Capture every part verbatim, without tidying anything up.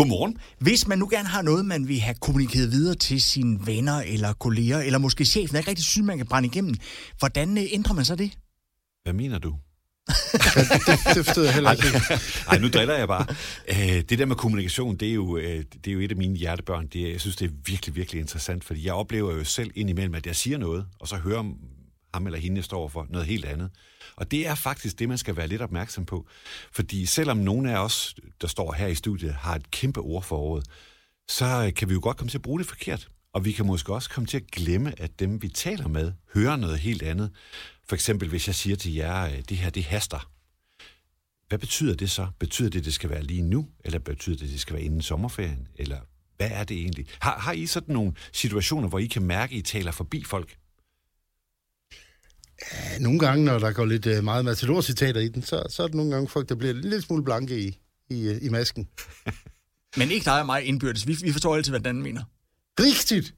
Godmorgen. Hvis man nu gerne har noget, man vil have kommunikeret videre til sine venner eller kolleger, eller måske chefen, der ikke rigtig synes, man kan brænde igennem, hvordan ændrer man så det? Hvad mener du? Ja, det, det forstår jeg heller ikke. Nej, nu driller jeg bare. Det der med kommunikation, det er jo, det er jo et af mine hjertebørn. Det er, jeg synes, det er virkelig, virkelig interessant, fordi jeg oplever jo selv indimellem, at jeg siger noget, og så hører ham eller hende, jeg står for noget helt andet. Og det er faktisk det, man skal være lidt opmærksom på. Fordi selvom nogle af os, der står her i studiet, har et kæmpe ord for året, så kan vi jo godt komme til at bruge det forkert. Og vi kan måske også komme til at glemme, at dem, vi taler med, hører noget helt andet. For eksempel, hvis jeg siger til jer, det her, det haster. Hvad betyder det så? Betyder det, at det skal være lige nu? Eller betyder det, at det skal være inden sommerferien? Eller hvad er det egentlig? Har, har I sådan nogle situationer, hvor I kan mærke, at I taler forbi folk? Ja, nogle gange, når der går lidt uh, meget Matador-citater i den, så, så er det nogle gange folk, der bliver lidt smule blanke i, i, i masken. Men ikke dig og mig indbyrdes. Vi, vi forstår altid, hvad den anden mener. Rigtigt!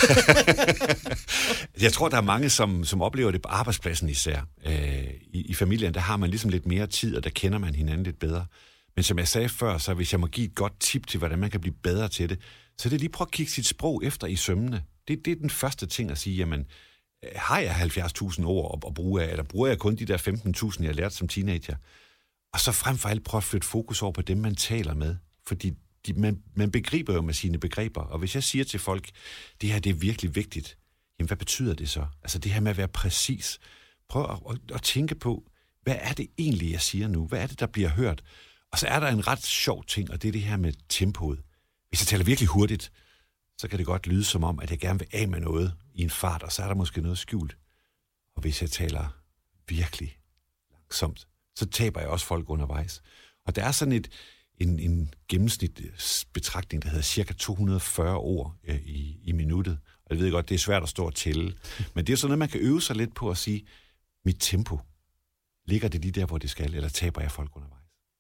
Jeg tror, der er mange, som, som oplever det på arbejdspladsen især. Øh, i, I familien, der har man ligesom lidt mere tid, og der kender man hinanden lidt bedre. Men som jeg sagde før, så hvis jeg må give et godt tip til, hvordan man kan blive bedre til det, så er det lige prøve at kigge sit sprog efter i sømmene. Det, det er den første ting at sige, jamen, har jeg halvfjerds tusind ord at, at bruge af, eller bruger jeg kun de der femten tusind, jeg har lært som teenager? Og så frem for alt prøve at flytte fokus over på dem, man taler med. Fordi de, man, man begriber jo med sine begreber. Og hvis jeg siger til folk, det her det er virkelig vigtigt, jamen hvad betyder det så? Altså det her med at være præcis. Prøv at, at, at tænke på, hvad er det egentlig, jeg siger nu? Hvad er det, der bliver hørt? Og så er der en ret sjov ting, og det er det her med tempoet. Hvis jeg taler virkelig hurtigt, så kan det godt lyde som om, at jeg gerne vil af med noget i en fart, og så er der måske noget skjult. Og hvis jeg taler virkelig langsomt, så taber jeg også folk undervejs. Og der er sådan et, en, en gennemsnitsbetragtning, der hedder cirka to hundrede og fyrre ord øh, i, i minuttet. Og jeg ved godt, det er svært at stå og tælle. Men det er sådan noget, man kan øve sig lidt på at sige, mit tempo, ligger det lige der, hvor det skal, eller taber jeg folk undervejs?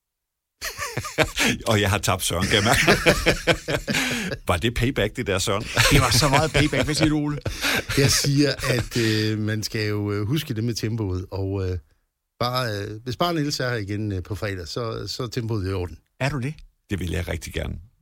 Og jeg har tabt Søren, kan jeg mærke. Var det payback, det der, Søren? Det var så meget payback. Hvad siger du, Ole? Jeg siger, at øh, man skal jo huske det med tempoet, og øh, bare, øh, hvis bare Niels er her igen øh, på fredag, så, så er tempoet i orden. Er du det? Det vil jeg rigtig gerne.